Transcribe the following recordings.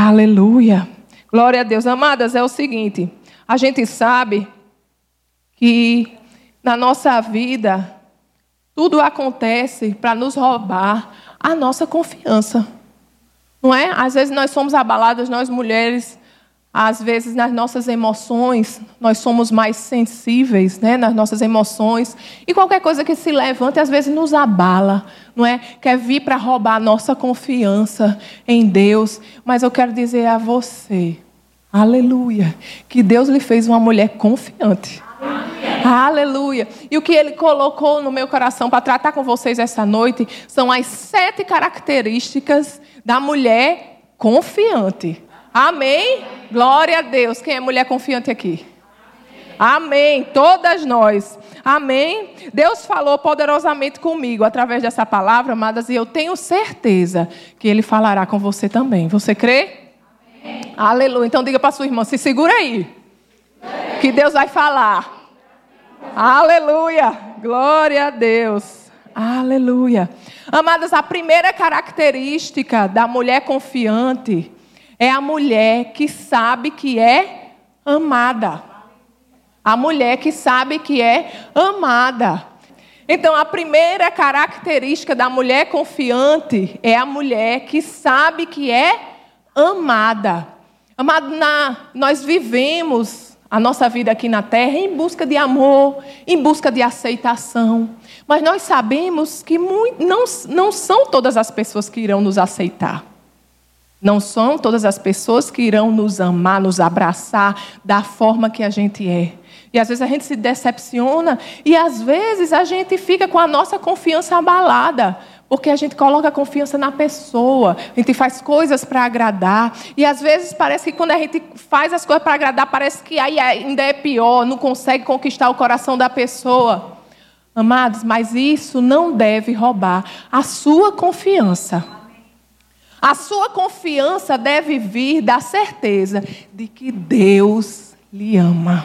Aleluia. Glória a Deus. Amadas, é o seguinte. A gente sabe que na nossa vida tudo acontece para nos roubar a nossa confiança. Não é? Às vezes nós somos abaladas, nós mulheres, às vezes nas nossas emoções, nós somos mais sensíveis, né, nas nossas emoções. E qualquer coisa que se levante, às vezes nos abala, não é? Quer vir para roubar a nossa confiança em Deus. Mas eu quero dizer a você, aleluia, que Deus lhe fez uma mulher confiante. Aleluia. E o que Ele colocou no meu coração para tratar com vocês essa noite são as 7 características da mulher confiante. Amém? Glória a Deus. Quem é mulher confiante aqui? Amém. Todas nós. Amém? Deus falou poderosamente comigo através dessa palavra, amadas, e eu tenho certeza que Ele falará com você também. Você crê? Amém. Aleluia. Então diga para sua irmã, se segura aí, que Deus vai falar. Aleluia. Glória a Deus. Aleluia. Amadas, a primeira característica da mulher confiante é a mulher que sabe que é amada. A mulher que sabe que é amada. Então, a primeira característica da mulher confiante é a mulher que sabe que é amada. Amado, nós vivemos a nossa vida aqui na terra em busca de amor, em busca de aceitação. Mas nós sabemos que não são todas as pessoas que irão nos aceitar. Não são todas as pessoas que irão nos amar, nos abraçar da forma que a gente é. E às vezes a gente se decepciona e às vezes a gente fica com a nossa confiança abalada. Porque a gente coloca a confiança na pessoa, a gente faz coisas para agradar. E às vezes parece que quando a gente faz as coisas para agradar, parece que aí ainda é pior, não consegue conquistar o coração da pessoa. Amados, mas isso não deve roubar a sua confiança. A sua confiança deve vir da certeza de que Deus lhe ama.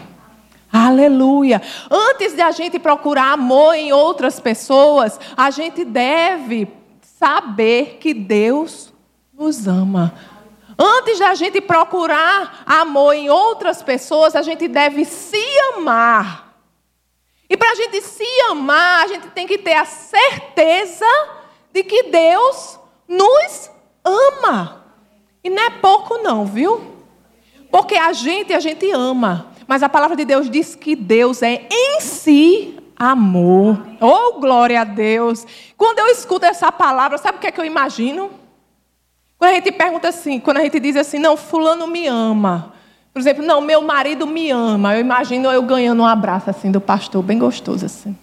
Aleluia. Antes de a gente procurar amor em outras pessoas, a gente deve saber que Deus nos ama. Antes de a gente procurar amor em outras pessoas, a gente deve se amar. E para a gente se amar, a gente tem que ter a certeza de que Deus nos ama. E não é pouco não, viu? Porque a gente ama. Mas a palavra de Deus diz que Deus é em si amor. Oh, glória a Deus. Quando eu escuto essa palavra, sabe o que é que eu imagino? Quando a gente pergunta assim, quando a gente diz assim, não, fulano me ama. Por exemplo, não, meu marido me ama. Eu imagino eu ganhando um abraço assim do pastor, bem gostoso assim.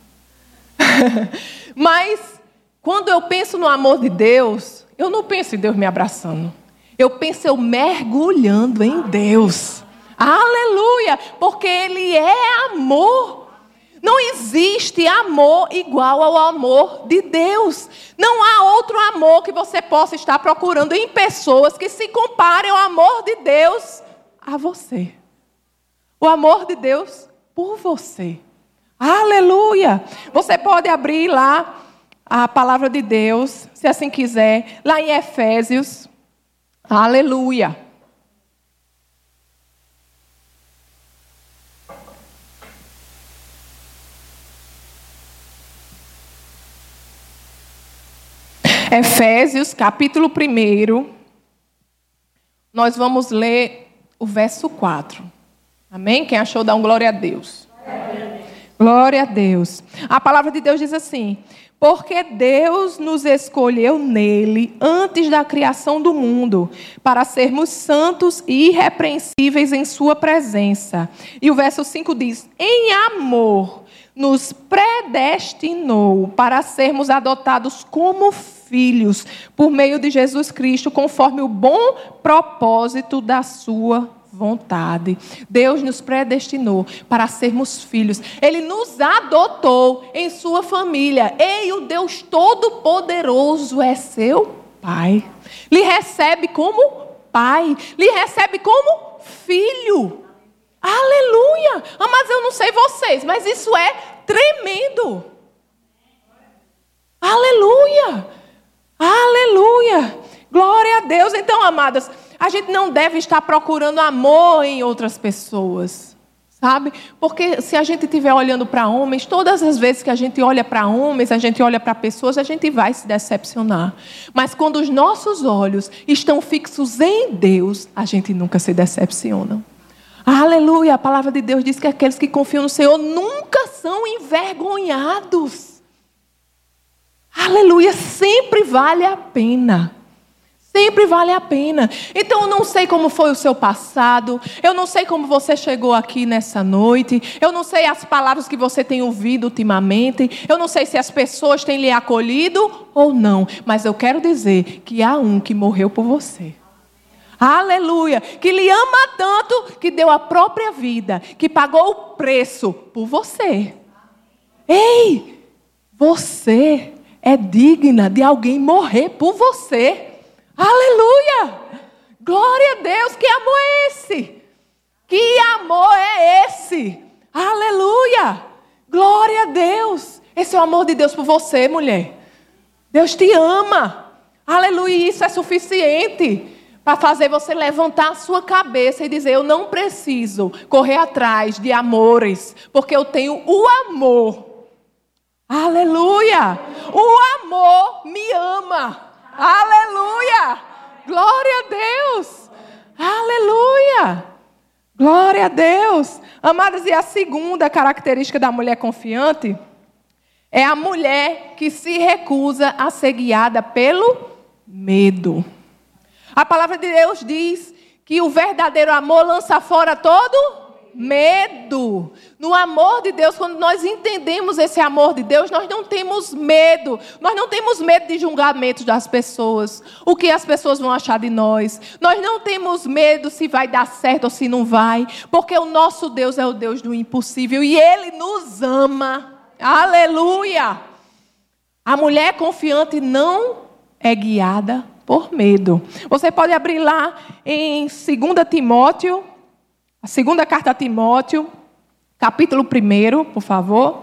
Mas, quando eu penso no amor de Deus, eu não penso em Deus me abraçando. Eu penso eu mergulhando em Deus. Aleluia, porque Ele é amor. Não existe amor igual ao amor de Deus. Não há outro amor que você possa estar procurando em pessoas que se comparem ao amor de Deus a você. O amor de Deus por você. Aleluia. Você pode abrir lá a palavra de Deus, se assim quiser, lá em Efésios. Aleluia. Efésios, capítulo 1, nós vamos ler o verso 4. Amém? Quem achou, dá um glória a Deus. Glória a Deus. A palavra de Deus diz assim: porque Deus nos escolheu nele antes da criação do mundo, para sermos santos e irrepreensíveis em sua presença. E o verso 5 diz: em amor nos predestinou para sermos adotados como filhos, por meio de Jesus Cristo, conforme o bom propósito da sua vontade. Deus nos predestinou para sermos filhos. Ele nos adotou em sua família. Ei, o Deus Todo-Poderoso é seu Pai. Lhe recebe como Pai. Lhe recebe como filho. Aleluia! Mas eu não sei vocês, mas isso é tremendo. Aleluia! Aleluia! Glória a Deus. Então, amadas, A gente não deve estar procurando amor em outras pessoas, sabe? Porque se a gente estiver olhando para homens, todas as vezes que a gente olha para homens, a gente olha para pessoas, a gente vai se decepcionar. Mas quando os nossos olhos estão fixos em Deus, a gente nunca se decepciona. Aleluia! A palavra de Deus diz que aqueles que confiam no Senhor nunca são envergonhados. Aleluia! Sempre vale a pena. Sempre vale a pena. Então eu não sei como foi o seu passado. Eu não sei como você chegou aqui nessa noite. Eu não sei as palavras que você tem ouvido ultimamente. Eu não sei se as pessoas têm lhe acolhido ou não. Mas eu quero dizer que há um que morreu por você. Aleluia, que lhe ama tanto que deu a própria vida, que pagou o preço por você. Ei, você é digna de alguém morrer por você. Aleluia, glória a Deus, que amor é esse? Que amor é esse? Aleluia, glória a Deus. Esse é o amor de Deus por você, mulher. Deus te ama. Aleluia, e isso é suficiente para fazer você levantar a sua cabeça e dizer: eu não preciso correr atrás de amores, porque eu tenho o amor. Aleluia! O amor me ama. Aleluia! Glória a Deus! Aleluia! Glória a Deus! Amadas, e a segunda característica da mulher confiante é a mulher que se recusa a ser guiada pelo medo. A palavra de Deus diz que o verdadeiro amor lança fora todo medo. No amor de Deus, quando nós entendemos esse amor de Deus, nós não temos medo. Nós não temos medo de julgamentos das pessoas. O que as pessoas vão achar de nós. Nós não temos medo se vai dar certo ou se não vai. Porque o nosso Deus é o Deus do impossível e Ele nos ama. Aleluia! A mulher confiante não é guiada por medo. Você pode abrir lá em 2 Timóteo, a segunda carta a Timóteo, capítulo 1, por favor.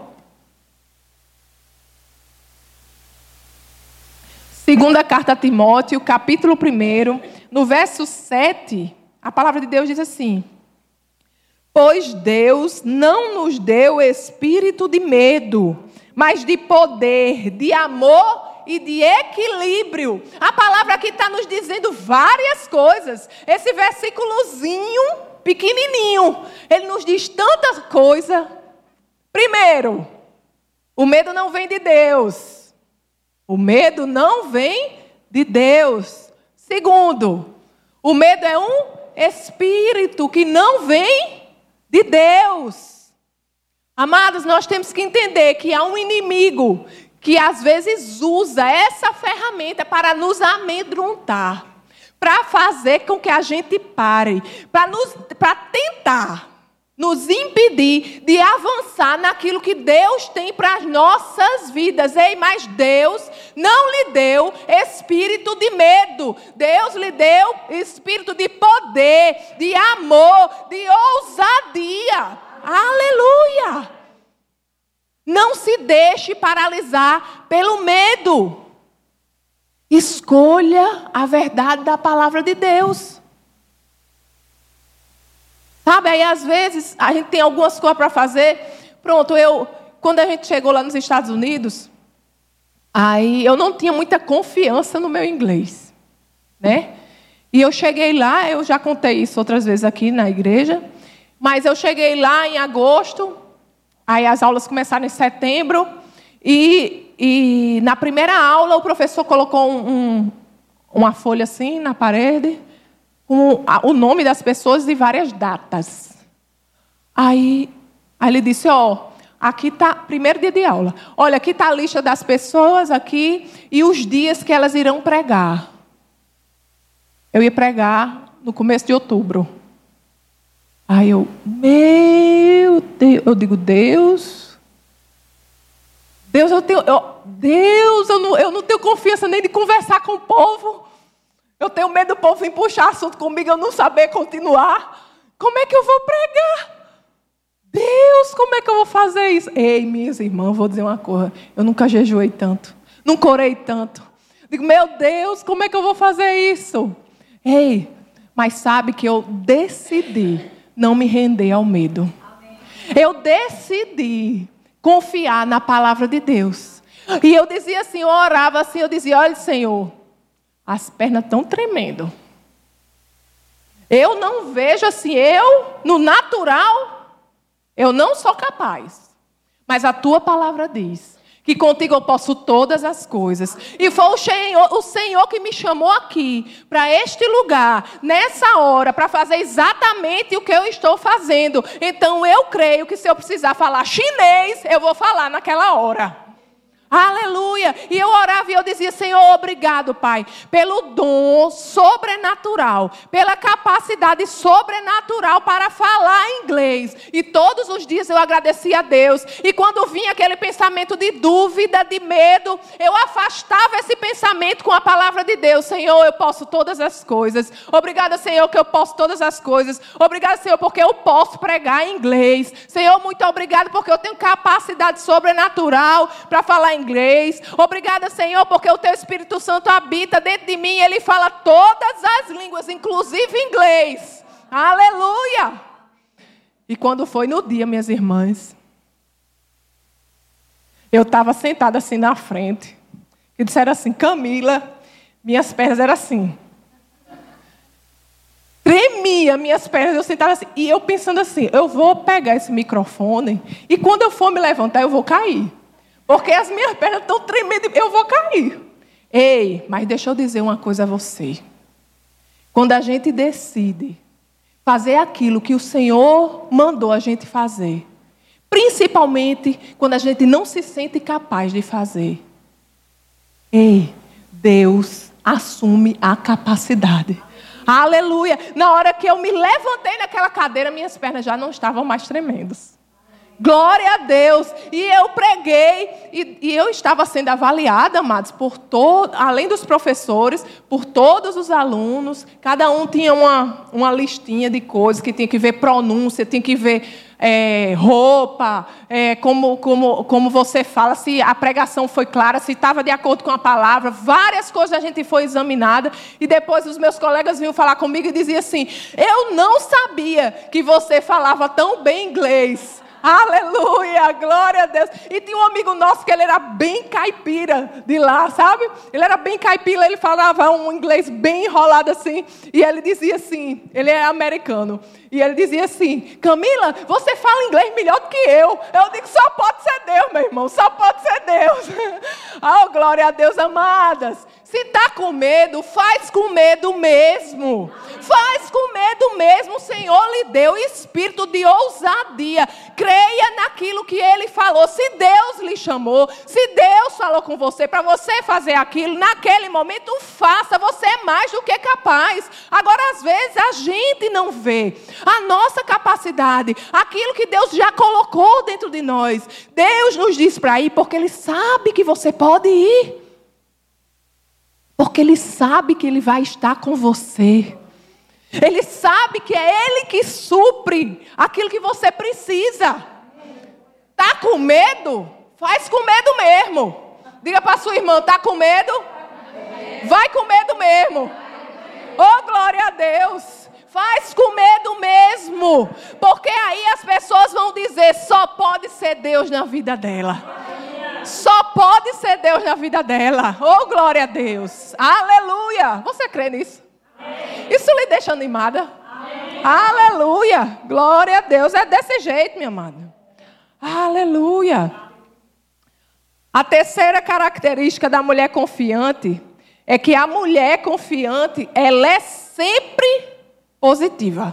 Segunda carta a Timóteo, capítulo 1, no verso 7, a palavra de Deus diz assim: pois Deus não nos deu espírito de medo, mas de poder, de amor e de equilíbrio. A palavra aqui está nos dizendo várias coisas. Esse versículozinho pequenininho, ele nos diz tanta coisa. Primeiro, o medo não vem de Deus. O medo não vem de Deus. Segundo, o medo é um espírito que não vem de Deus. Amados, nós temos que entender que há um inimigo que às vezes usa essa ferramenta para nos amedrontar, para fazer com que a gente pare, para tentar nos impedir de avançar naquilo que Deus tem para as nossas vidas. Ei, mas Deus não lhe deu espírito de medo. Deus lhe deu espírito de poder, de amor, de ousadia. Aleluia! Não se deixe paralisar pelo medo. Escolha a verdade da palavra de Deus. Sabe, aí às vezes a gente tem algumas coisas para fazer. Pronto, quando a gente chegou lá nos Estados Unidos, aí eu não tinha muita confiança no meu inglês, né? E eu cheguei lá, eu já contei isso outras vezes aqui na igreja, mas eu cheguei lá em agosto. Aí as aulas começaram em setembro e na primeira aula o professor colocou uma folha assim na parede com o nome das pessoas e várias datas. Aí ele disse: aqui está, primeiro dia de aula, olha, aqui está a lista das pessoas aqui e os dias que elas irão pregar. Eu ia pregar no começo de outubro. Aí meu Deus, eu digo: Deus, eu não tenho confiança nem de conversar com o povo. Eu tenho medo do povo vir puxar assunto comigo, eu não saber continuar. Como é que eu vou pregar? Deus, como é que eu vou fazer isso? Ei, minhas irmãs, vou dizer uma coisa. Eu nunca jejuei tanto, nunca orei tanto. Digo: meu Deus, como é que eu vou fazer isso? Ei, Mas sabe que eu decidi não me render ao medo. Eu decidi confiar na palavra de Deus. E eu dizia assim, eu orava assim, eu dizia, olha, Senhor, as pernas estão tremendo. Eu não vejo assim, no natural, eu não sou capaz. Mas a tua palavra diz que contigo eu posso todas as coisas. E foi o Senhor que me chamou aqui, para este lugar, nessa hora, para fazer exatamente o que eu estou fazendo. Então eu creio que se eu precisar falar chinês, eu vou falar naquela hora. Aleluia! E eu orava e eu dizia, Senhor, obrigado, Pai, pelo dom sobrenatural, pela capacidade sobrenatural para falar inglês. E todos os dias eu agradecia a Deus. E quando vinha aquele pensamento de dúvida, de medo, eu afastava esse pensamento com a palavra de Deus. Senhor, eu posso todas as coisas. Obrigada, Senhor, que eu posso todas as coisas. Obrigada, Senhor, porque eu posso pregar em inglês. Senhor, muito obrigado porque eu tenho capacidade sobrenatural para falar inglês. Obrigada, Senhor, porque o Teu Espírito Santo habita dentro de mim e Ele fala todas as línguas, inclusive inglês. Aleluia! E quando foi no dia, minhas irmãs, eu estava sentada assim na frente e disseram assim, Camila, minhas pernas eram assim. Tremia minhas pernas, eu sentava assim. E eu pensando assim, eu vou pegar esse microfone e quando eu for me levantar, eu vou cair. Porque as minhas pernas estão tremendo, eu vou cair. Ei, mas deixa eu dizer uma coisa a você. Quando a gente decide fazer aquilo que o Senhor mandou a gente fazer, principalmente quando a gente não se sente capaz de fazer, ei, Deus assume a capacidade. Aleluia! Na hora que eu me levantei naquela cadeira, minhas pernas já não estavam mais tremendas. Glória a Deus. E eu preguei, e eu estava sendo avaliada, amados, além dos professores, por todos os alunos. Cada um tinha uma listinha de coisas, que tinha que ver pronúncia, tinha que ver roupa, como você fala, se a pregação foi clara, se estava de acordo com a palavra. Várias coisas a gente foi examinada. E depois os meus colegas vinham falar comigo e diziam assim, eu não sabia que você falava tão bem inglês. Aleluia, glória a Deus. E tinha um amigo nosso que ele era bem caipira de lá, sabe? Ele era bem caipira, ele falava um inglês bem enrolado assim. E ele dizia assim, ele é americano. E ele dizia assim, Camila, você fala inglês melhor do que eu. Eu digo, só pode ser Deus, meu irmão, só pode ser Deus. Oh, glória a Deus, amadas. Se está com medo, faz com medo mesmo. Faz com medo mesmo. O Senhor lhe deu espírito de ousadia. Creia naquilo que Ele falou. Se Deus lhe chamou, se Deus falou com você para você fazer aquilo, naquele momento faça. Você é mais do que capaz. Agora, às vezes, a gente não vê a nossa capacidade, aquilo que Deus já colocou dentro de nós. Deus nos diz para ir porque Ele sabe que você pode ir. Porque Ele sabe que Ele vai estar com você. Ele sabe que é Ele que supre aquilo que você precisa. Está com medo? Faz com medo mesmo. Diga para a sua irmã, está com medo? Vai com medo mesmo. Oh, glória a Deus. Faz com medo mesmo. Porque aí as pessoas vão dizer, só pode ser Deus na vida dela. Só pode ser Deus na vida dela. Oh, glória a Deus. Aleluia. Você crê nisso? Amém. Isso lhe deixa animada? Amém. Aleluia. Glória a Deus. É desse jeito, minha amada. Aleluia. A terceira característica da mulher confiante é que a mulher confiante, ela é sempre positiva.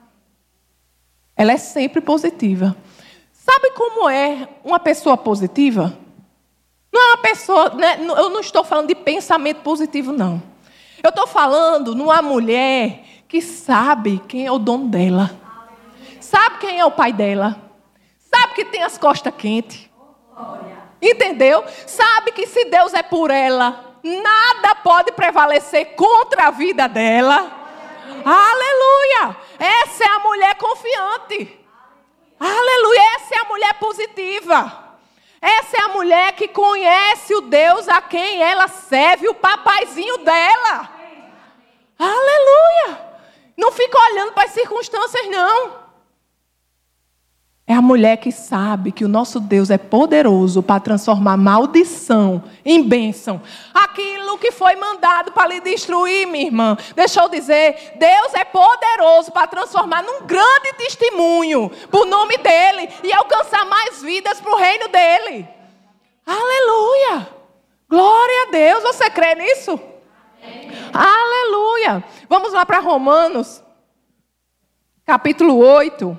Ela é sempre positiva. Sabe como é uma pessoa positiva? Não é uma pessoa, né? Eu não estou falando de pensamento positivo, não. Eu estou falando numa mulher que sabe quem é o dono dela. Sabe quem é o pai dela. Sabe que tem as costas quentes. Entendeu? Sabe que se Deus é por ela, nada pode prevalecer contra a vida dela. Aleluia! Essa é a mulher confiante. Aleluia! Essa é a mulher positiva. Essa é a mulher que conhece o Deus a quem ela serve, o papaizinho dela. Aleluia! olhando para as circunstâncias, não. É a mulher que sabe que o nosso Deus é poderoso para transformar maldição em bênção. Aquilo que foi mandado para lhe destruir, minha irmã, deixa eu dizer, Deus é poderoso para transformar num grande testemunho para o nome dEle e alcançar mais vidas para o reino dEle. Aleluia! Glória a Deus, você crê nisso? Amém. Aleluia! Vamos lá para Romanos, capítulo 8.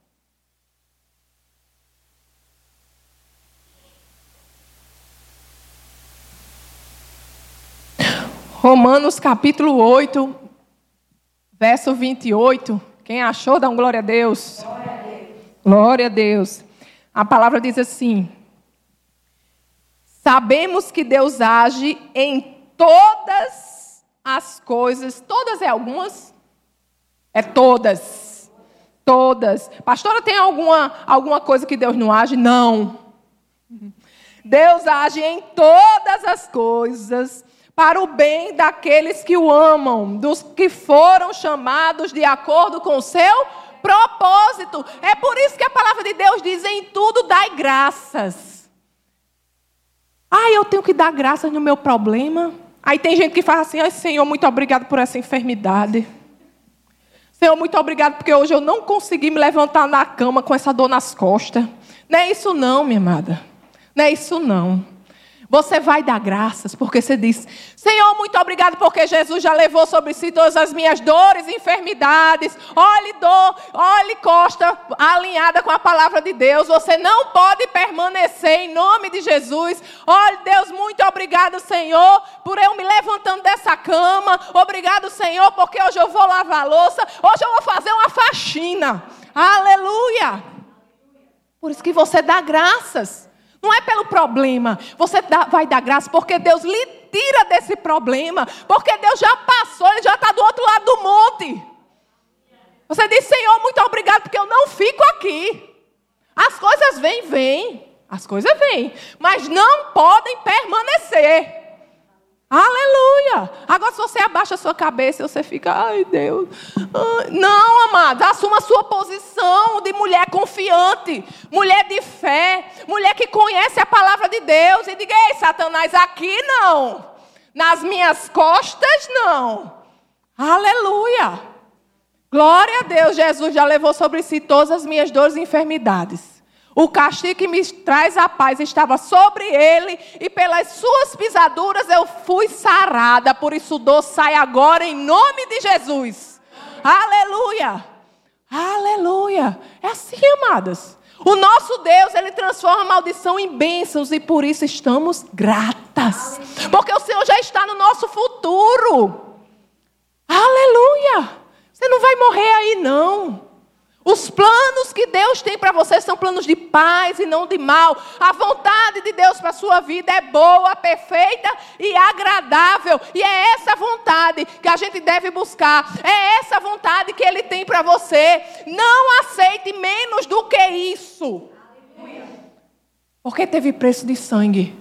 Romanos capítulo 8, verso 28. Quem achou, dá um glória a Deus. Glória a Deus. Glória a Deus. A palavra diz assim: sabemos que Deus age em todas as coisas. Todas é algumas? É todas. Todas. Pastora, tem alguma coisa que Deus não age? Não. Deus age em todas as coisas para o bem daqueles que o amam, dos que foram chamados de acordo com o seu propósito. É por isso que a palavra de Deus diz: em tudo dai graças. Eu tenho que dar graças no meu problema. Aí tem gente que fala assim: ai, Senhor, muito obrigado por essa enfermidade. Senhor, muito obrigado porque hoje eu não consegui me levantar na cama com essa dor nas costas. Não é isso não, minha amada. Não é isso não. Você vai dar graças porque você diz: Senhor, muito obrigado porque Jesus já levou sobre si todas as minhas dores e enfermidades. Olhe dor, olhe costa alinhada com a palavra de Deus. Você não pode permanecer em nome de Jesus. Olhe, Deus, muito obrigado, Senhor, por eu me levantando dessa cama. Obrigado, Senhor, porque hoje eu vou lavar a louça. Hoje eu vou fazer uma faxina. Aleluia! Por isso que você dá graças. Não é pelo problema. Você vai dar graça porque Deus lhe tira desse problema. Porque Deus já passou, Ele já está do outro lado do monte. Você diz: Senhor, muito obrigado porque eu não fico aqui. As coisas vêm. As coisas vêm. Mas não podem permanecer. Aleluia! Agora se você abaixa a sua cabeça e você fica: ai Deus. Não, amados, assuma a sua posição de mulher confiante, mulher de fé, mulher que conhece a palavra de Deus. E diga: ei, Satanás, aqui não, nas minhas costas não. Aleluia! Glória a Deus, Jesus já levou sobre si todas as minhas dores e enfermidades. O castigo que me traz a paz estava sobre ele, e pelas suas pisaduras eu fui sarada. Por isso dor sai agora em nome de Jesus. Aleluia! Aleluia! É assim, amadas. O nosso Deus, Ele transforma a maldição em bênçãos, e por isso estamos gratas. Porque o Senhor já está no nosso futuro. Aleluia! Você não vai morrer aí, não. Os planos que Deus tem para você são planos de paz e não de mal. A vontade de Deus para a sua vida é boa, perfeita e agradável. E é essa vontade que a gente deve buscar. É essa vontade que Ele tem para você. Não aceite menos do que isso. Porque teve preço de sangue.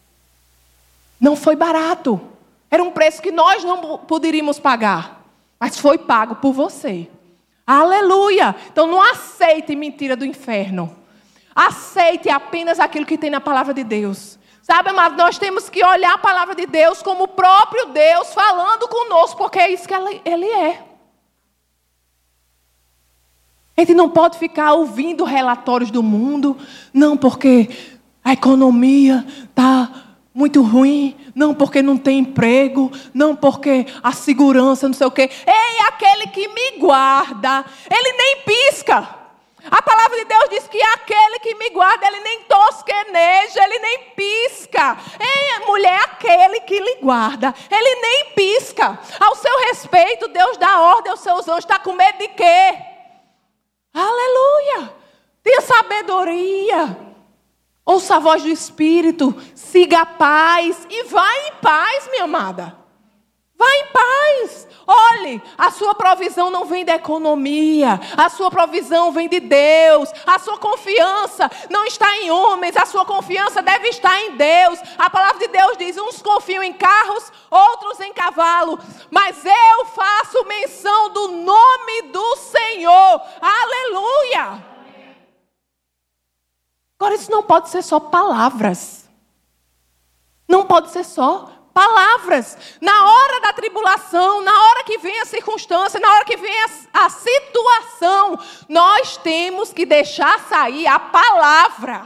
Não foi barato. Era um preço que nós não poderíamos pagar. Mas foi pago por você. Aleluia! Então não aceite mentira do inferno. Aceite apenas aquilo que tem na palavra de Deus. Sabe, amado, nós temos que olhar a palavra de Deus como o próprio Deus falando conosco, porque é isso que Ele é. A gente não pode ficar ouvindo relatórios do mundo. Não, porque a economia está muito ruim. Não, porque não tem emprego. Não, porque a segurança, não sei o quê. Ei, aquele que me guarda, Ele nem pisca. A palavra de Deus diz que aquele que me guarda, Ele nem tosqueneja, Ele nem pisca. Ei, mulher, aquele que lhe guarda, Ele nem pisca. Ao seu respeito, Deus dá ordem aos seus anjos. Está com medo de quê? Aleluia! Tenha sabedoria. Ouça a voz do Espírito. Siga a paz. E vá em paz, minha amada. Vá em paz. Olhe, a sua provisão não vem da economia. A sua provisão vem de Deus. A sua confiança não está em homens. A sua confiança deve estar em Deus. A palavra de Deus diz: uns confiam em carros, outros em cavalo. Mas eu faço menção do nome do não pode ser só palavras. Não pode ser só palavras. Na hora da tribulação, na hora que vem a circunstância, na hora que vem a situação, nós temos que deixar sair a palavra.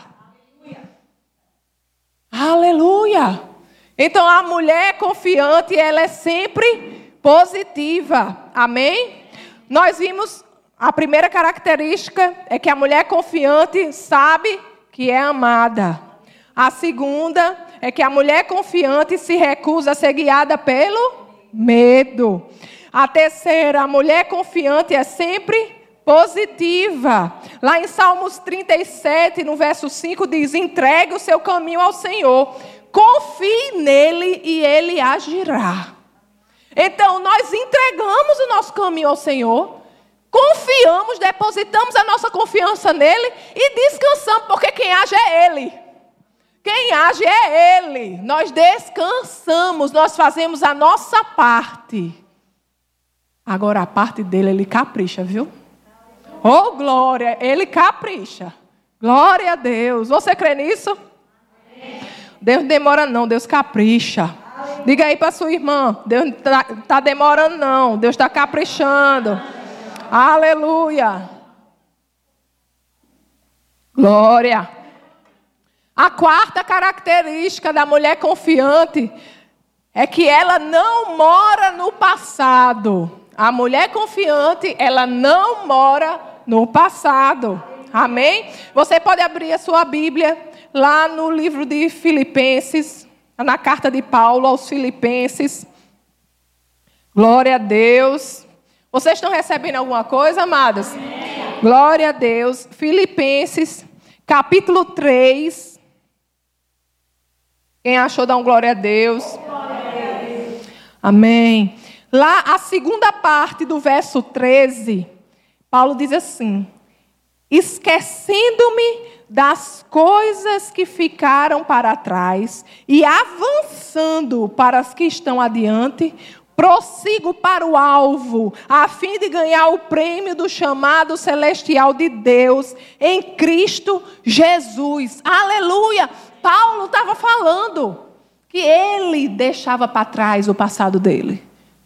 Aleluia! Então a mulher confiante, ela é sempre positiva. Amém? Nós vimos, a primeira característica é que a mulher confiante sabe que é amada. A segunda é que a mulher confiante se recusa a ser guiada pelo medo. A terceira, a mulher confiante é sempre positiva. Lá em Salmos 37, no verso 5, diz: entregue o seu caminho ao Senhor, confie nele e ele agirá. Então, nós entregamos o nosso caminho ao Senhor, confiamos, depositamos a nossa confiança nele e descansamos, porque quem age é ele. Quem age é ele. Nós descansamos, nós fazemos a nossa parte. Agora, a parte dele, ele capricha, viu? Oh, glória, ele capricha. Glória a Deus. Você crê nisso? Deus não demora não, Deus capricha. Diga aí para sua irmã, Deus não está demorando não, Deus está caprichando. Aleluia. Glória. A quarta característica da mulher confiante é que ela não mora no passado. A mulher confiante, ela não mora no passado. Amém? Você pode abrir a sua Bíblia lá no livro de Filipenses, na carta de Paulo aos Filipenses. Glória a Deus. Vocês estão recebendo alguma coisa, amadas? Amém. Glória a Deus. Filipenses, capítulo 3. Quem achou, dá um glória a Deus. Glória a Deus. Amém. Lá, a segunda parte do verso 13, Paulo diz assim: esquecendo-me das coisas que ficaram para trás e avançando para as que estão adiante, prossigo para o alvo, a fim de ganhar o prêmio do chamado celestial de Deus em Cristo Jesus. Aleluia! Paulo estava falando que ele deixava para trás o passado dele.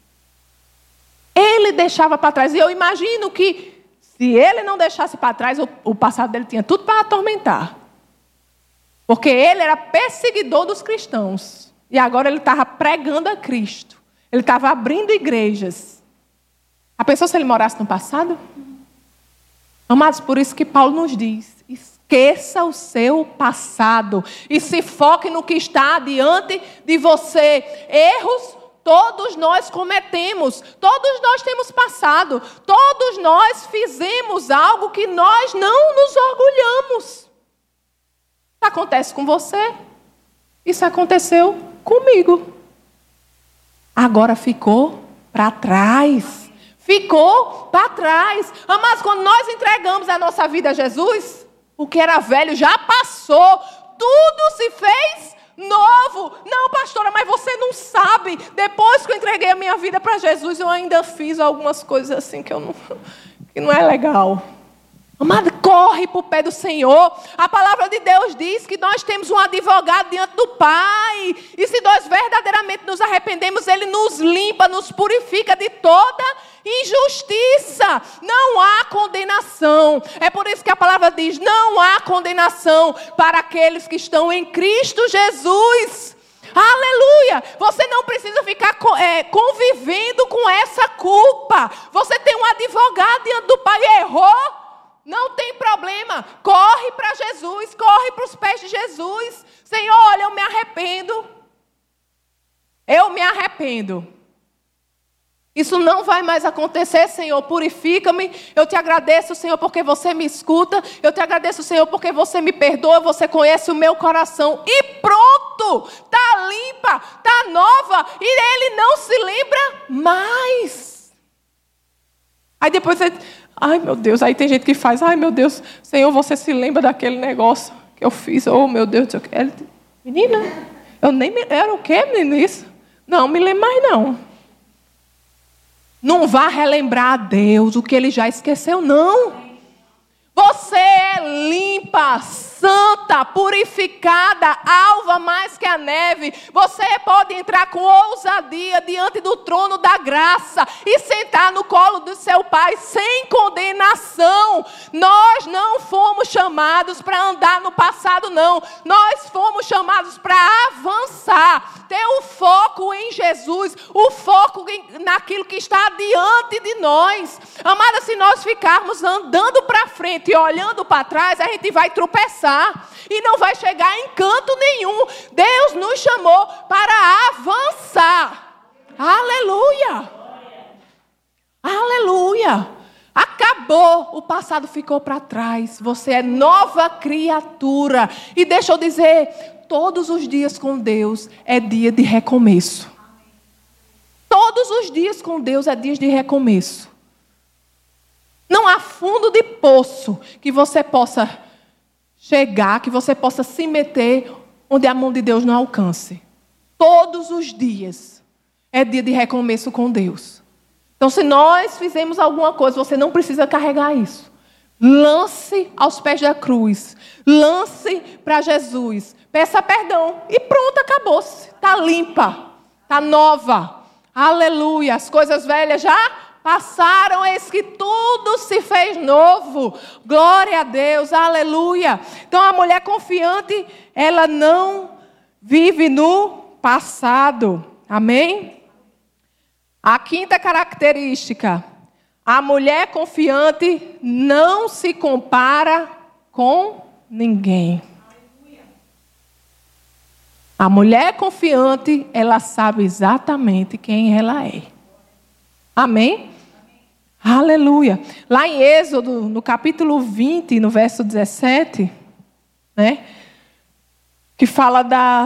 Ele deixava para trás. E eu imagino que se ele não deixasse para trás, o passado dele tinha tudo para atormentar. Porque ele era perseguidor dos cristãos. E agora ele estava pregando a Cristo. Ele estava abrindo igrejas. A pessoa, se ele morasse no passado? Amados, por isso que Paulo nos diz: esqueça o seu passado e se foque no que está diante de você. Erros todos nós cometemos, todos nós temos passado, todos nós fizemos algo que nós não nos orgulhamos. Isso acontece com você, isso aconteceu comigo. Agora ficou para trás. Ficou para trás. Mas quando nós entregamos a nossa vida a Jesus, o que era velho já passou. Tudo se fez novo. Não, pastora, mas você não sabe. Depois que eu entreguei a minha vida para Jesus, eu ainda fiz algumas coisas assim que não é legal. Amado, corre para o pé do Senhor. A palavra de Deus diz que nós temos um advogado diante do Pai. E se nós verdadeiramente nos arrependemos, Ele nos limpa, nos purifica de toda injustiça. Não há condenação. É por isso que a palavra diz: não há condenação para aqueles que estão em Cristo Jesus. Aleluia! Você não precisa ficar convivendo com essa culpa. Você tem um advogado diante do Pai. Errou? Não tem problema, corre para Jesus, corre para os pés de Jesus. Senhor, olha, eu me arrependo. Eu me arrependo. Isso não vai mais acontecer, Senhor, purifica-me. Eu te agradeço, Senhor, porque você me escuta. Eu te agradeço, Senhor, porque você me perdoa, você conhece o meu coração. E pronto, está limpa, está nova, e Ele não se lembra mais. Aí depois você... Ai, meu Deus, aí tem gente que faz: ai, meu Deus, Senhor, você se lembra daquele negócio que eu fiz? Oh, meu Deus, menina, eu nem me... Era o quê, menino, isso? Não, me lembro mais não. Não vá relembrar a Deus o que Ele já esqueceu, não. Você é limpa, santa, purificada, alva mais que a neve. Você pode entrar com ousadia diante do trono da graça e sentar no colo do seu Pai sem condenação. Nós não fomos chamados para andar no passado, não. Nós fomos chamados para avançar, ter o foco em Jesus, o foco naquilo que está diante de nós. Amada, se nós ficarmos andando para frente e olhando para trás, a gente vai tropeçar e não vai chegar em canto nenhum. Deus nos chamou para avançar. Aleluia! Aleluia! Acabou, o passado ficou para trás. Você é nova criatura. E deixa eu dizer, todos os dias com Deus é dia de recomeço. Todos os dias com Deus é dia de recomeço. Não há fundo de poço que você possa chegar, que você possa se meter onde a mão de Deus não alcance. Todos os dias é dia de recomeço com Deus. Então, se nós fizemos alguma coisa, você não precisa carregar isso. Lance aos pés da cruz. Lance para Jesus. Peça perdão. E pronto, acabou-se. Está limpa. Está nova. Aleluia. As coisas velhas já passaram, eis que tudo se fez novo. Glória a Deus. Aleluia. Então, a mulher confiante, ela não vive no passado. Amém? A quinta característica, a mulher confiante não se compara com ninguém. A mulher confiante, ela sabe exatamente quem ela é. Amém? Aleluia. Lá em Êxodo, no capítulo 20, no verso 17, né, que fala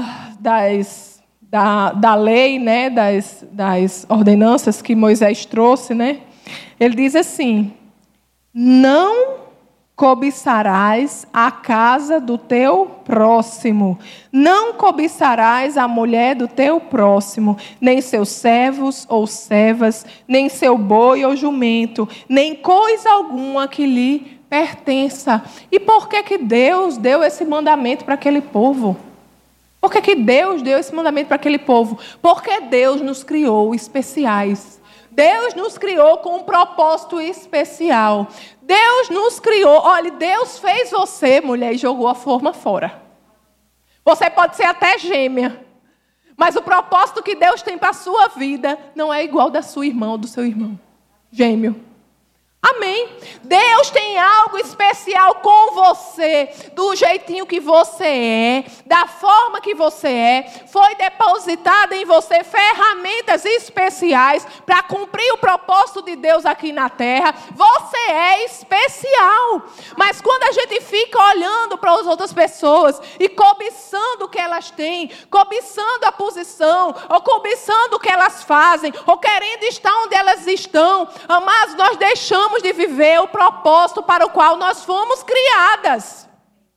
da lei, né, das ordenanças que Moisés trouxe, né? Ele diz assim: não cobiçarás a casa do teu próximo, não cobiçarás a mulher do teu próximo, nem seus servos ou servas, nem seu boi ou jumento, nem coisa alguma que lhe pertença. E por que Deus deu esse mandamento para aquele povo? Por que Deus deu esse mandamento para aquele povo? Porque Deus nos criou especiais. Deus nos criou com um propósito especial. Deus nos criou. Olha, Deus fez você, mulher, e jogou a forma fora. Você pode ser até gêmea, mas o propósito que Deus tem para a sua vida não é igual da sua irmã ou do seu irmão gêmeo. Amém? Deus tem algo especial com você, do jeitinho que você é, da forma que você é. Foi depositada em você ferramentas especiais para cumprir o propósito de Deus aqui na terra. Você é especial. Mas quando a gente fica olhando para as outras pessoas e cobiçando o que elas têm, cobiçando a posição, ou cobiçando o que elas fazem, ou querendo estar onde elas estão, amados, nós deixamos de viver o propósito para o qual nós fomos criadas.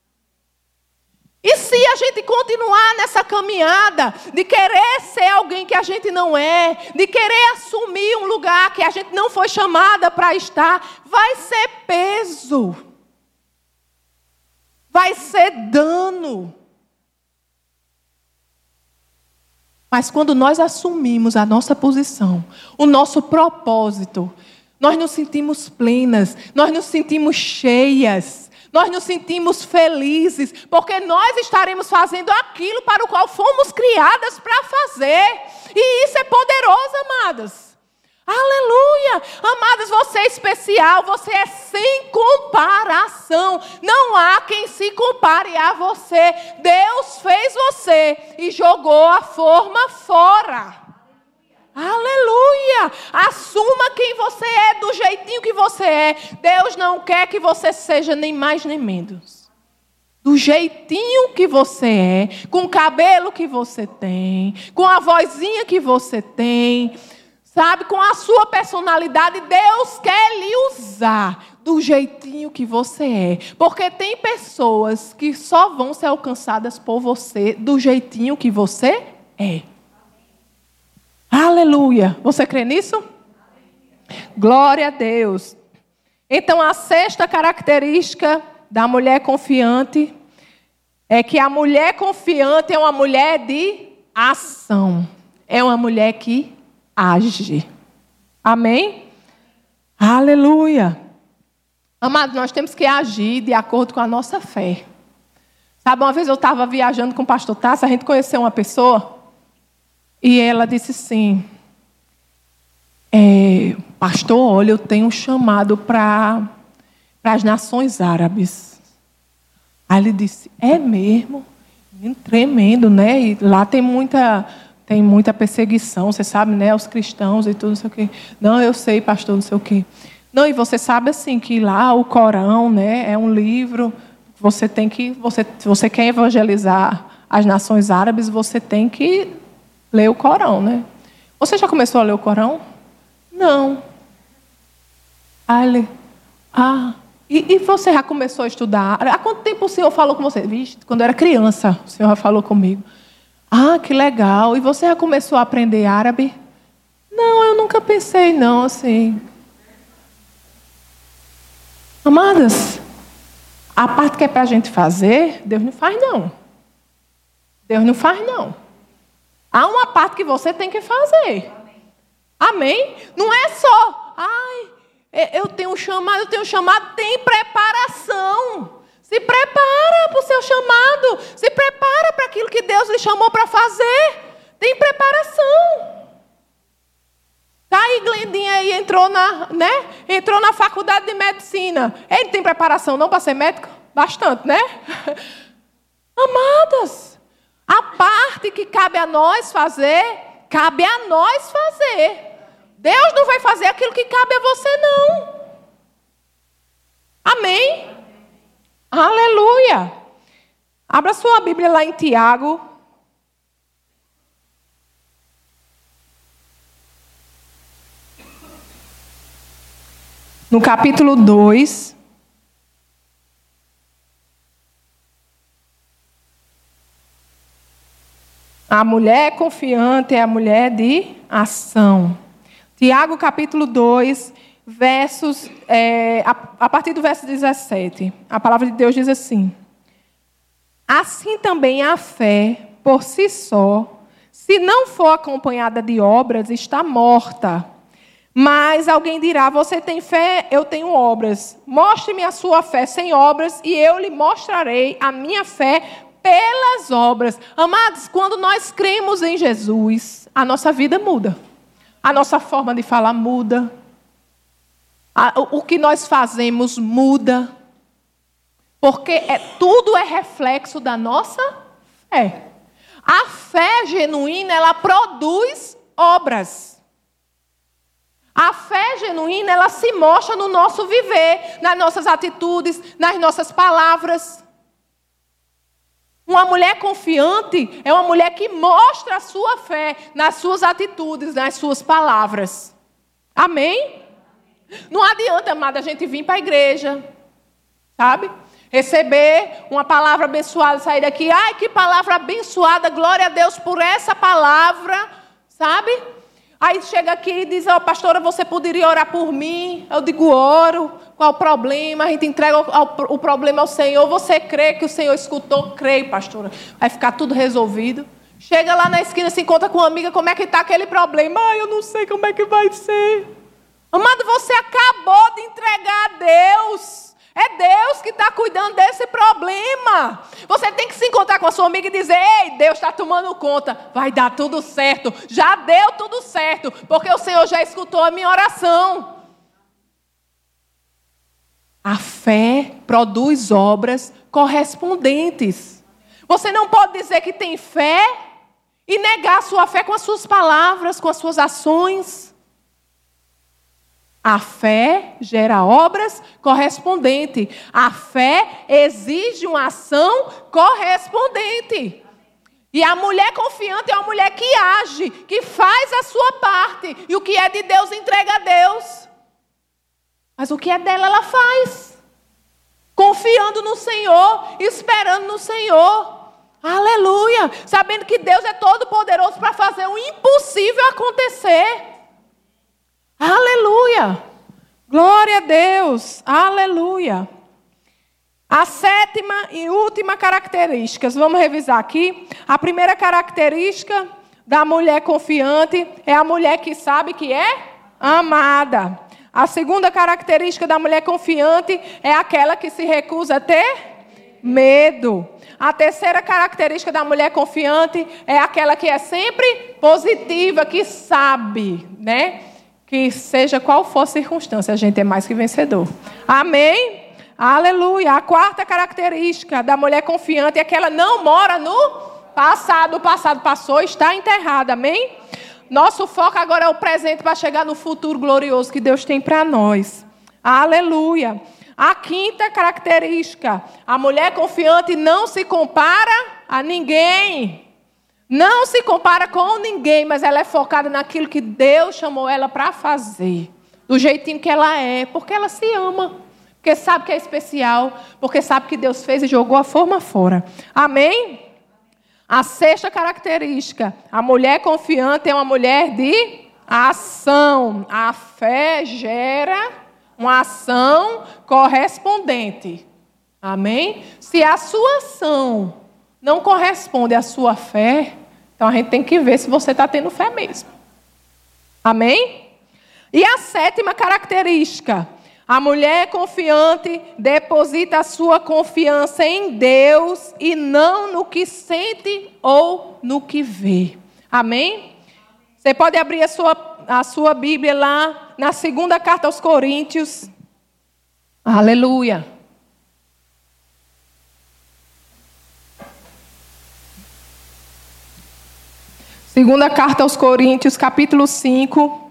E se a gente continuar nessa caminhada de querer ser alguém que a gente não é, de querer assumir um lugar que a gente não foi chamada para estar, vai ser peso, vai ser dano. Mas quando nós assumimos a nossa posição, o nosso propósito, nós nos sentimos plenas, nós nos sentimos cheias, nós nos sentimos felizes, porque nós estaremos fazendo aquilo para o qual fomos criadas para fazer. E isso é poderoso, amadas. Aleluia! Amadas, você é especial, você é sem comparação. Não há quem se compare a você. Deus fez você e jogou a forma fora. Aleluia! Assuma quem você é, do jeitinho que você é. Deus não quer que você seja nem mais nem menos. Do jeitinho que você é, com o cabelo que você tem, com a vozinha que você tem, sabe, com a sua personalidade, Deus quer lhe usar do jeitinho que você é. Porque tem pessoas que só vão ser alcançadas por você do jeitinho que você é. Aleluia. Você crê nisso? Glória a Deus. Então, a sexta característica da mulher confiante, é que a mulher confiante é uma mulher de ação. É uma mulher que age. Amém? Aleluia. Amados, nós temos que agir de acordo com a nossa fé. Sabe, uma vez eu estava viajando com o pastor Tassi, a gente conheceu uma pessoa, e ela disse assim, pastor, olha, eu tenho um chamado para as nações árabes. Aí ele disse, é mesmo? Tremendo, né? E lá tem muita perseguição, você sabe, né? Os cristãos e tudo, não sei o quê. Não, eu sei, pastor, não sei o quê. Não, e você sabe assim que lá o Corão, né, é um livro, se você quer evangelizar as nações árabes, você tem que ler o Corão, né? Você já começou a ler o Corão? Não. Aí ele, e você já começou a estudar? Há quanto tempo o senhor falou com você? Vixe, quando eu era criança, o senhor já falou comigo. Que legal. E você já começou a aprender árabe? Não, eu nunca pensei, não, assim. Amadas, a parte que é para a gente fazer, Deus não faz, não. Deus não faz, não. Há uma parte que você tem que fazer. Amém? Não é só, eu tenho um chamado, tem preparação. Se prepara para o seu chamado. Se prepara para aquilo que Deus lhe chamou para fazer. Tem preparação. Tá aí, Glendinha aí entrou na faculdade de medicina. Ele tem preparação não para ser médico? Bastante, né? Amadas, a parte que cabe a nós fazer, cabe a nós fazer. Deus não vai fazer aquilo que cabe a você, não. Amém? Aleluia. Abra sua Bíblia lá em Tiago. No capítulo 2. A mulher confiante é a mulher de ação. Tiago, capítulo 2, a partir do verso 17. A palavra de Deus diz assim: assim também a fé, por si só, se não for acompanhada de obras, está morta. Mas alguém dirá, você tem fé, eu tenho obras. Mostre-me a sua fé sem obras e eu lhe mostrarei a minha fé pelas obras. Amados, quando nós cremos em Jesus, a nossa vida muda. A nossa forma de falar muda. O que nós fazemos muda. Porque tudo é reflexo da nossa fé. A fé genuína, ela produz obras. A fé genuína, ela se mostra no nosso viver, nas nossas atitudes, nas nossas palavras. Uma mulher confiante é uma mulher que mostra a sua fé nas suas atitudes, nas suas palavras. Amém? Não adianta, amada, a gente vir para a igreja, sabe? Receber uma palavra abençoada, sair daqui. Ai, que palavra abençoada, glória a Deus por essa palavra, sabe? Aí chega aqui e diz, pastora, você poderia orar por mim? Eu digo, oro. Qual o problema? A gente entrega o problema ao Senhor. Você crê que o Senhor escutou? Creio, pastora. Vai ficar tudo resolvido. Chega lá na esquina, se encontra com uma amiga, como é que está aquele problema? Eu não sei como é que vai ser. Amado, você acabou de entregar a Deus. É Deus que está cuidando desse problema. Você tem que se encontrar com a sua amiga e dizer, ei, Deus está tomando conta. Vai dar tudo certo. Já deu tudo certo. Porque o Senhor já escutou a minha oração. A fé produz obras correspondentes. Você não pode dizer que tem fé e negar a sua fé com as suas palavras, com as suas ações. A fé gera obras correspondentes. A fé exige uma ação correspondente. E a mulher confiante é uma mulher que age, que faz a sua parte. E o que é de Deus entrega a Deus. Mas o que é dela, ela faz. Confiando no Senhor, esperando no Senhor. Aleluia! Sabendo que Deus é todo poderoso para fazer o impossível acontecer. Aleluia! Glória a Deus! Aleluia! A sétima e última característica, vamos revisar aqui. A primeira característica da mulher confiante é a mulher que sabe que é amada. A segunda característica da mulher confiante é aquela que se recusa a ter medo. A terceira característica da mulher confiante é aquela que é sempre positiva, que sabe, né? Que seja qual for a circunstância, a gente é mais que vencedor. Amém? Aleluia. A quarta característica da mulher confiante é que ela não mora no passado. O passado passou, está enterrado. Amém? Nosso foco agora é o presente para chegar no futuro glorioso que Deus tem para nós. Aleluia. A quinta característica, a mulher confiante não se compara a ninguém. Não se compara com ninguém, mas ela é focada naquilo que Deus chamou ela para fazer. Do jeitinho que ela é, porque ela se ama. Porque sabe que é especial, porque sabe que Deus fez e jogou a forma fora. Amém? A sexta característica, a mulher confiante é uma mulher de ação. A fé gera uma ação correspondente. Amém? Se a sua ação não corresponde à sua fé, então a gente tem que ver se você está tendo fé mesmo. Amém? E a sétima característica, a mulher confiante deposita a sua confiança em Deus e não no que sente ou no que vê. Amém? Você pode abrir a sua Bíblia lá na segunda carta aos Coríntios. Aleluia. Segunda carta aos Coríntios, capítulo 5.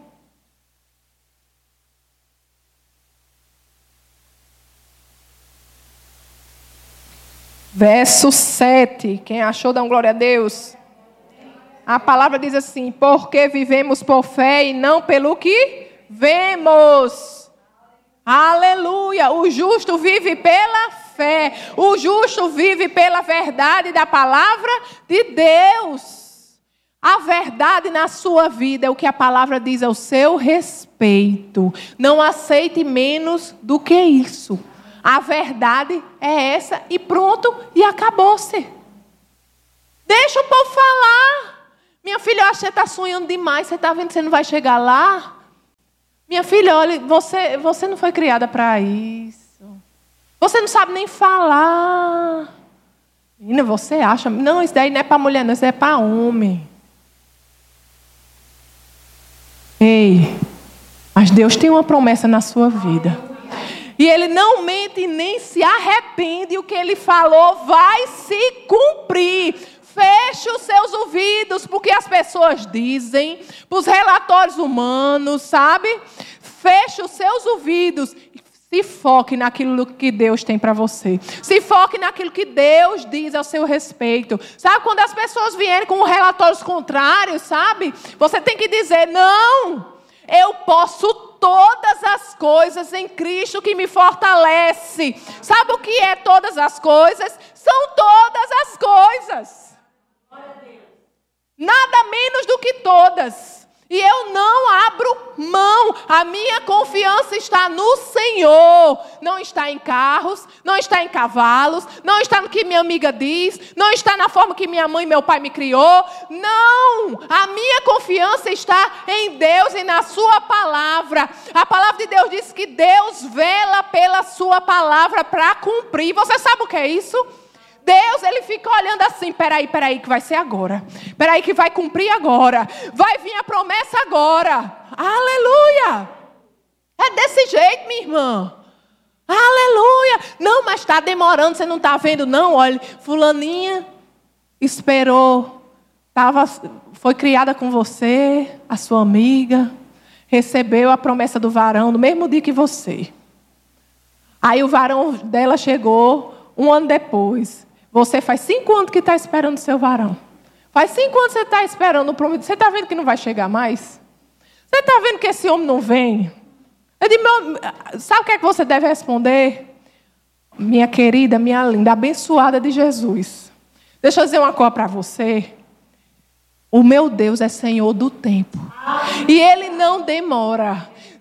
Verso 7. Quem achou, dá uma glória a Deus. A palavra diz assim: porque vivemos por fé e não pelo que vemos. Aleluia. O justo vive pela fé. O justo vive pela verdade da palavra de Deus. A verdade na sua vida é o que a palavra diz ao seu respeito. Não aceite menos do que isso. A verdade é essa e pronto, e acabou-se. Deixa o povo falar. Minha filha, eu acho que você está sonhando demais. Você está vendo que você não vai chegar lá? Minha filha, olha, você não foi criada para isso. Você não sabe nem falar. Menina, você acha? Não, isso daí não é para mulher, não. Isso é para homem. Ei, mas Deus tem uma promessa na sua vida. E Ele não mente nem se arrepende. O que Ele falou vai se cumprir. Feche os seus ouvidos porque as pessoas dizem, para os relatórios humanos, sabe? Feche os seus ouvidos. Se foque naquilo que Deus tem para você. Se foque naquilo que Deus diz ao seu respeito. Sabe, quando as pessoas vierem com relatórios contrários, sabe? Você tem que dizer, não, eu posso todas as coisas em Cristo que me fortalece. Sabe o que é todas as coisas? São todas as coisas. Nada menos do que todas. E eu não abro mão. A minha confiança está no Senhor. Não está em carros, não está em cavalos, não está no que minha amiga diz, não está na forma que minha mãe e meu pai me criou. Não! A minha confiança está em Deus e na sua palavra. A palavra de Deus diz que Deus vela pela sua palavra para cumprir. Você sabe o que é isso? Deus, Ele fica olhando assim, peraí, que vai ser agora. Peraí, que vai cumprir agora. Vai vir a promessa agora. Aleluia. É desse jeito, minha irmã. Aleluia. Não, mas está demorando, você não está vendo, não? Olha, fulaninha esperou. Foi criada com você, a sua amiga. Recebeu a promessa do varão no mesmo dia que você. Aí o varão dela chegou 1 ano depois. Você faz 5 anos que está esperando o seu varão. Faz 5 anos que você está esperando o prometido. Você está vendo que não vai chegar mais? Você está vendo que esse homem não vem? Eu digo, sabe o que é que você deve responder? Minha querida, minha linda, abençoada de Jesus. Deixa eu dizer uma coisa para você. O meu Deus é Senhor do tempo. E Ele não demora.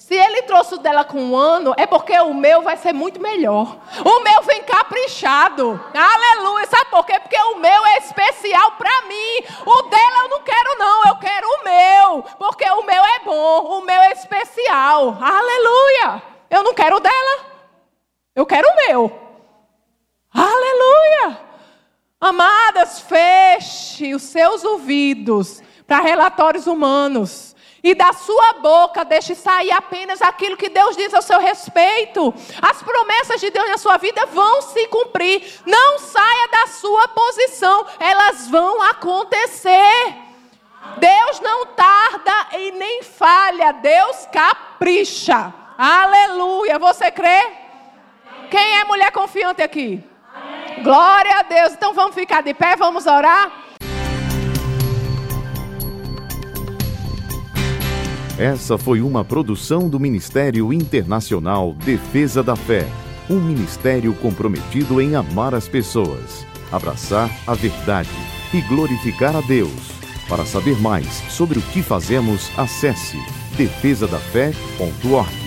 Se ele trouxe o dela com 1 ano, é porque o meu vai ser muito melhor. O meu vem caprichado. Aleluia. Sabe por quê? Porque o meu é especial para mim. O dela eu não quero não, eu quero o meu. Porque o meu é bom, o meu é especial. Aleluia. Eu não quero o dela, eu quero o meu. Aleluia. Amadas, feche os seus ouvidos para relatórios humanos. E da sua boca deixe sair apenas aquilo que Deus diz ao seu respeito. As promessas de Deus na sua vida vão se cumprir. Não saia da sua posição. Elas vão acontecer. Deus não tarda e nem falha. Deus capricha. Aleluia. Você crê? Quem é mulher confiante aqui? Glória a Deus. Então vamos ficar de pé, vamos orar. Essa foi uma produção do Ministério Internacional Defesa da Fé, um ministério comprometido em amar as pessoas, abraçar a verdade e glorificar a Deus. Para saber mais sobre o que fazemos, acesse defesadafé.org.